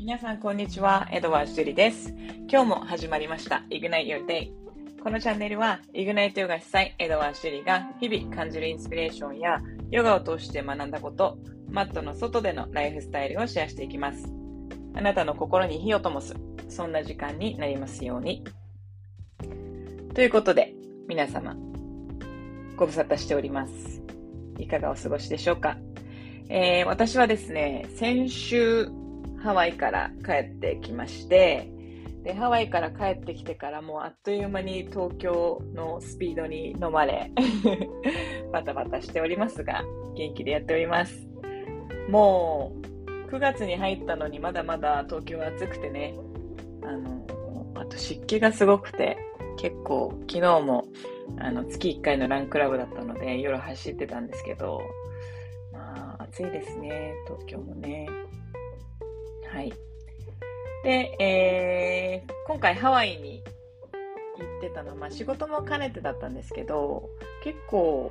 皆さんこんにちは、エドワーズ・ジュリです。今日も始まりました Ignite Your Day。このチャンネルは Ignite ヨガ主催エドワーズ・ジュリが日々感じるインスピレーションやヨガを通して学んだこと、マットの外でのライフスタイルをシェアしていきます。あなたの心に火を灯す、そんな時間になりますように。ということで、皆様、ご無沙汰しております。いかがお過ごしでしょうか。私はですね、先週ハワイから帰ってきまして、でハワイから帰ってきてからもうあっという間に東京のスピードに飲まれバタバタしておりますが、元気でやっております。もう9月に入ったのにまだまだ東京は暑くてね、あと湿気がすごくて、結構昨日も月1回のランクラブだったので夜走ってたんですけど、暑いですね、東京もね。はい。で、今回ハワイに行ってたのは、仕事も兼ねてだったんですけど、結構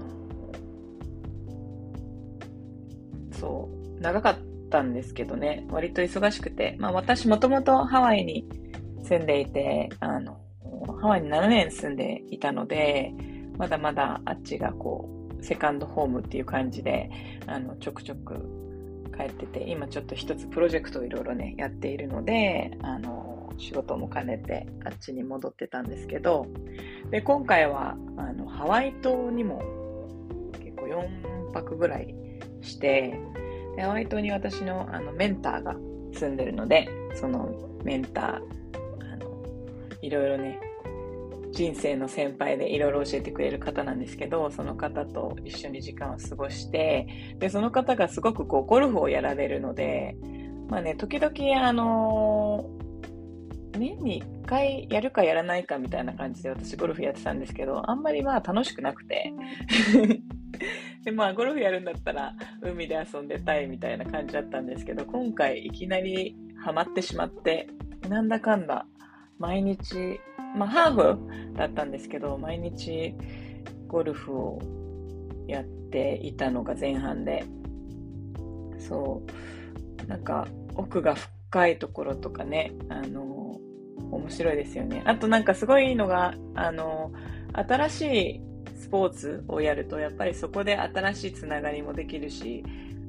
長かったんですけどね、割と忙しくて、私もともとハワイに住んでいて、ハワイに7年住んでいたので、まだまだあっちがセカンドホームっていう感じで、ちょくちょく帰ってて、今ちょっと一つプロジェクトをいろいろね、やっているので、仕事も兼ねてあっちに戻ってたんですけど、で、今回は、ハワイ島にも結構4泊ぐらいして、でハワイ島に私のメンターが住んでるので、そのメンター、いろいろね、人生の先輩でいろいろ教えてくれる方なんですけど、その方と一緒に時間を過ごして、で、その方がすごくゴルフをやられるので、時々年に1回やるかやらないかみたいな感じで私ゴルフやってたんですけど、あんまり楽しくなくて。で、ゴルフやるんだったら海で遊んでたいみたいな感じだったんですけど、今回いきなりハマってしまって、なんだかんだ毎日、ハーフだったんですけど、毎日ゴルフをやっていたのが前半で、なんか奥が深いところとかね、面白いですよね。あとなんかすごいのが、新しいスポーツをやると、やっぱりそこで新しいつながりもできるし、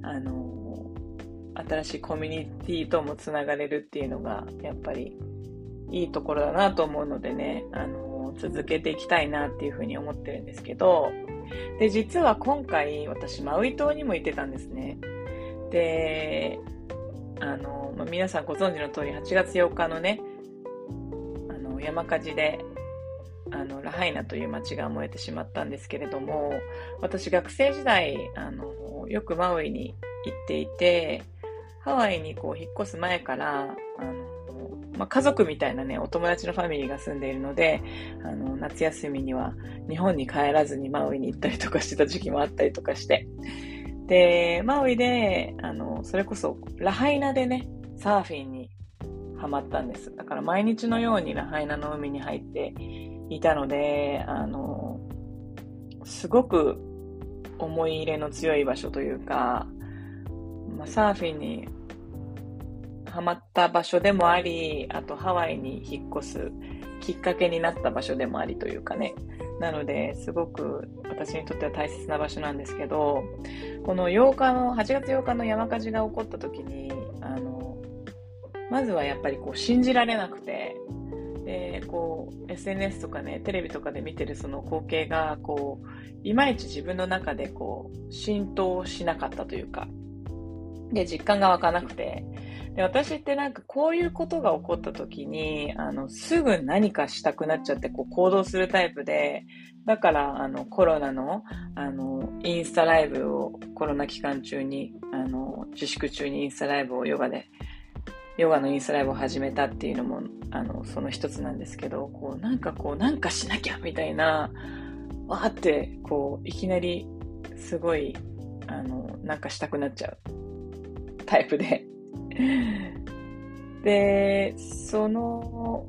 新しいコミュニティともつながれるっていうのが、やっぱりいいところだなと思うのでね、続けていきたいなっていうふうに思ってるんですけど、で、実は今回私マウイ島にも行ってたんですね。で、皆さんご存知の通り8月8日のね、山火事でラハイナという町が燃えてしまったんですけれども、私学生時代よくマウイに行っていて、ハワイに引っ越す前から家族みたいなね、お友達のファミリーが住んでいるので、夏休みには日本に帰らずにマウイに行ったりとかしてた時期もあったりとかして、でマウイでそれこそラハイナでね、サーフィンにハマったんです。だから毎日のようにラハイナの海に入っていたので、すごく思い入れの強い場所というか、サーフィンにハマった場所でもあり、あとハワイに引っ越すきっかけになった場所でもありというかね。なので、すごく私にとっては大切な場所なんですけど、この8月8日の山火事が起こった時に、まずはやっぱり信じられなくて、で、SNS とかね、テレビとかで見てるその光景が、いまいち自分の中で浸透しなかったというか、で、実感が湧かなくて、で、私ってなんかこういうことが起こった時に、すぐ何かしたくなっちゃって行動するタイプで、だからコロナのインスタライブをコロナ期間中に自粛中にインスタライブをヨガのインスタライブを始めたっていうのもその一つなんですけど、なんかしなきゃみたいな、わーっていきなりすごいなんかしたくなっちゃうタイプでで、その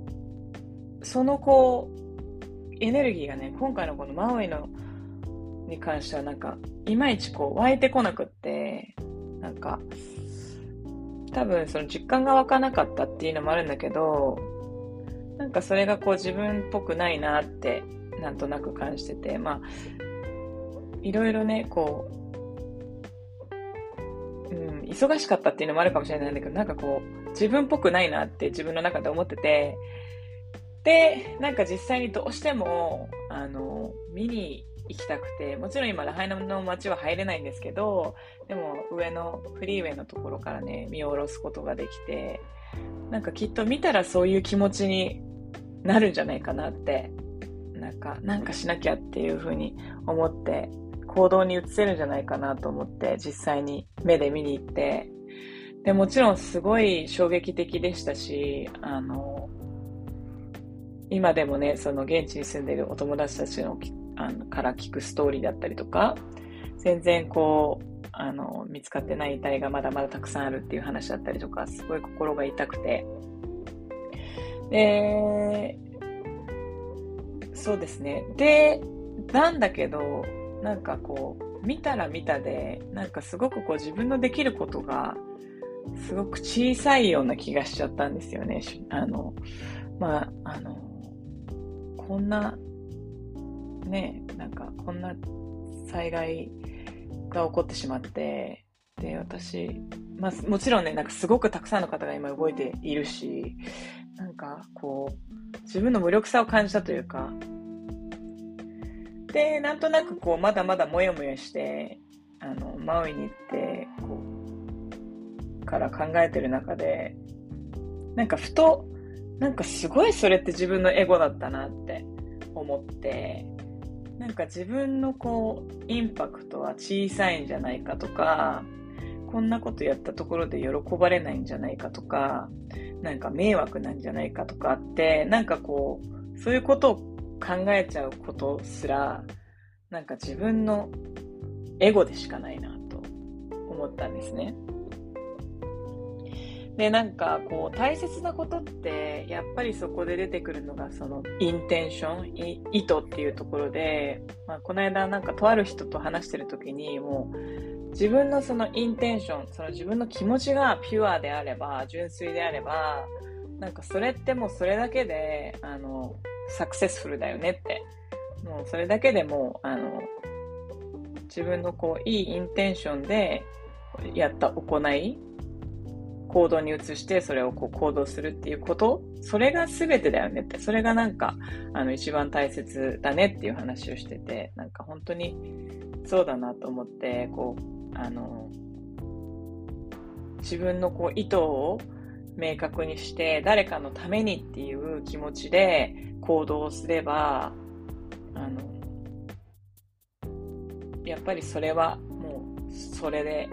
エネルギーがね、今回のこのマウイに関してはなんかいまいち湧いてこなくって、なんか多分その実感が湧かなかったっていうのもあるんだけど、なんかそれがこう自分っぽくないなってなんとなく感じてて、まあいろいろねこう、忙しかったっていうのもあるかもしれないんだけど、なんかこう自分っぽくないなって自分の中で思ってて、でなんか実際にどうしても見に行きたくて、もちろん今ラハイナの街は入れないんですけど、でも上のフリーウェイのところからね見下ろすことができて、なんかきっと見たらそういう気持ちになるんじゃないかなって、なんかしなきゃっていう風に思って行動に移せるんじゃないかなと思って実際に目で見に行って、でもちろんすごい衝撃的でしたし、今でもねその現地に住んでいるお友達たちのから聞くストーリーだったりとか、全然こう見つかってない遺体がまだまだたくさんあるっていう話だったりとか、すごい心が痛くて、でそうですね。でなんだけど、なんかこう見たら見たで、なんかすごくこう自分のできることがすごく小さいような気がしちゃったんですよね。こんなね、なんかこんな災害が起こってしまって、で私、もちろんね、なんかすごくたくさんの方が今動いているし、なんかこう自分の無力さを感じたというか、でなんとなくこうまだまだモヤモヤしてマウイに行ってこうから考えてる中で、なんかふとなんかすごいそれって自分のエゴだったなって思って、なんか自分のこうインパクトは小さいんじゃないかとか、こんなことやったところで喜ばれないんじゃないかとか、なんか迷惑なんじゃないかとかって、なんかこうそういうことを考えちゃうことすら、なんか自分のエゴでしかないなと思ったんですね。でなんかこう大切なことってやっぱりそこで出てくるのがそのインテンション、意図っていうところで、この間なんかとある人と話してる時に、もう自分のそのインテンション、その自分の気持ちがピュアであれば、純粋であれば、なんかそれってもうそれだけでサクセスフルだよねって、もうそれだけでも自分のこういいインテンションでやった行い、行動に移してそれをこう行動するっていうこと、それが全てだよねって、それがなんか一番大切だねっていう話をしてて、なんか本当にそうだなと思って、こう自分のこう意図を明確にして誰かのためにっていう気持ちで行動すれば、やっぱりそれはもうそれで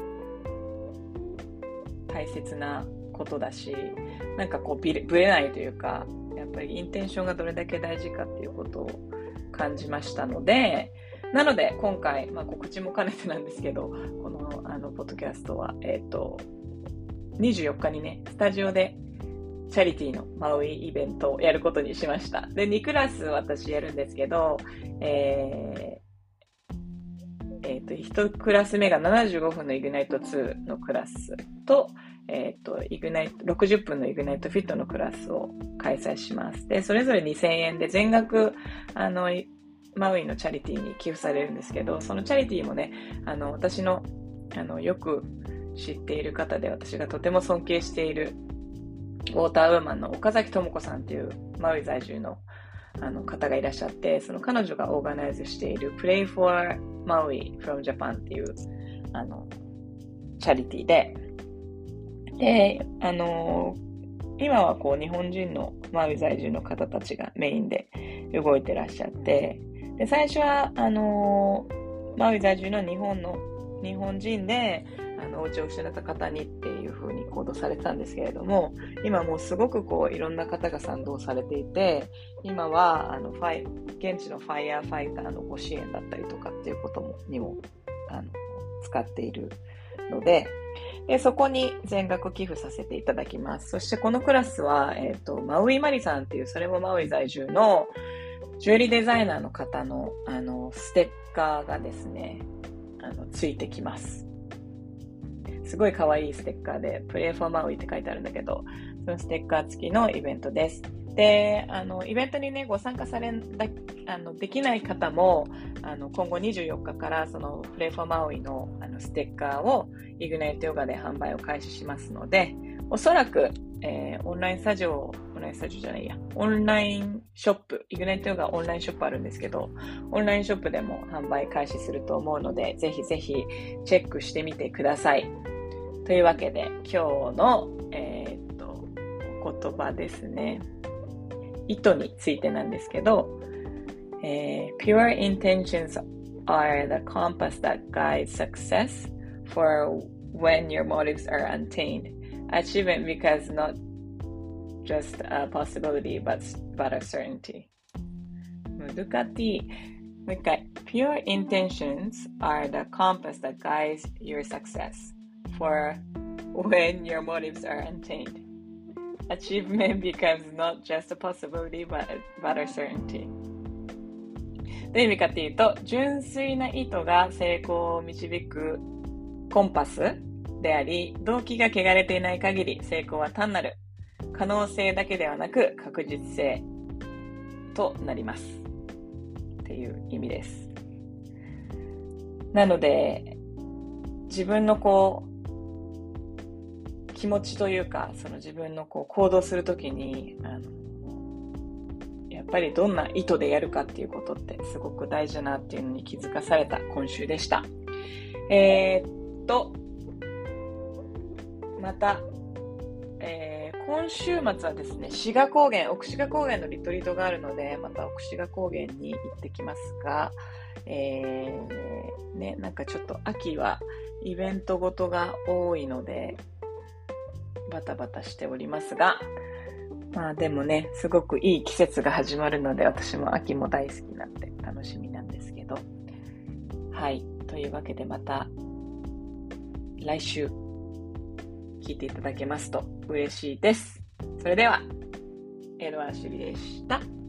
大切なことだし、なんかこうぶれないというか、やっぱりインテンションがどれだけ大事かっていうことを感じましたので、なので今回、告知も兼ねてなんですけど、このポッドキャストは24日にねスタジオでチャリティーのマウイイベントをやることにしました。で2クラス私やるんですけど、1クラス目が75分のイグナイト2のクラスと、60分のイグナイトフィットのクラスを開催します。でそれぞれ2000円で全額マウイのチャリティーに寄付されるんですけど、そのチャリティーもね私のよく知っている方で、私がとても尊敬しているウォーターウーマンの岡崎智子さんというマウイ在住の方がいらっしゃって、その彼女がオーガナイズしている Pray for Maui from Japan っていうチャリティーで、今はこう日本人のマウイ在住の方たちがメインで動いてらっしゃって、で最初はマウイ在住の日本人でお家を失った方にっていう風に行動されてたんですけれども、今もうすごくこういろんな方が賛同されていて、今は現地のファイヤーファイターのご支援だったりとかっていうことにも使っているので、そこに全額寄付させていただきます。そしてこのクラスは、マウイマリさんっていう、それもマウイ在住のジュエリーデザイナーの方のステッカーがですねついてきます。 すごい可愛いステッカーで、Play for Maui って書いてあるんだけど、そのステッカー付きのイベントです。で、イベントにね、ご参加できない方も、今後24日からその Play for Maui のステッカーを Ignite Yoga で販売を開始しますので、おそらく、オンラインショップ、Ignite Yoga オンラインショップあるんですけど、オンラインショップでも販売開始すると思うので、ぜひぜひチェックしてみてください。というわけで、今日の、言葉ですね。意図についてなんですけど、Pure intentions are the compass that guides success for when your motives are untamed. Achievement becomes not just a possibility but a certainty. 難しい。もう一回。Pure intentions are the compass that guides your success for when your motives are untamed.Achievement becomes not just a possibility but a certainty. どういう意味かというと、純粋な意図が成功を導くコンパスであり、動機が汚れていない限り成功は単なる可能性だけではなく確実性となりますっていう意味です。なので、自分の気持ちというか、その自分の行動するときに、やっぱりどんな意図でやるかっていうことってすごく大事だなっていうのに気づかされた今週でした。また、今週末はですね、奥志賀高原のリトリートがあるので、また奥志賀高原に行ってきますが、なんかちょっと秋はイベントごとが多いので、バタバタしておりますが、まあでもね、すごくいい季節が始まるので、私も秋も大好きなんで楽しみなんですけど。はい。というわけでまた来週聞いていただけますと嬉しいです。それでは、エドワーシュリでした。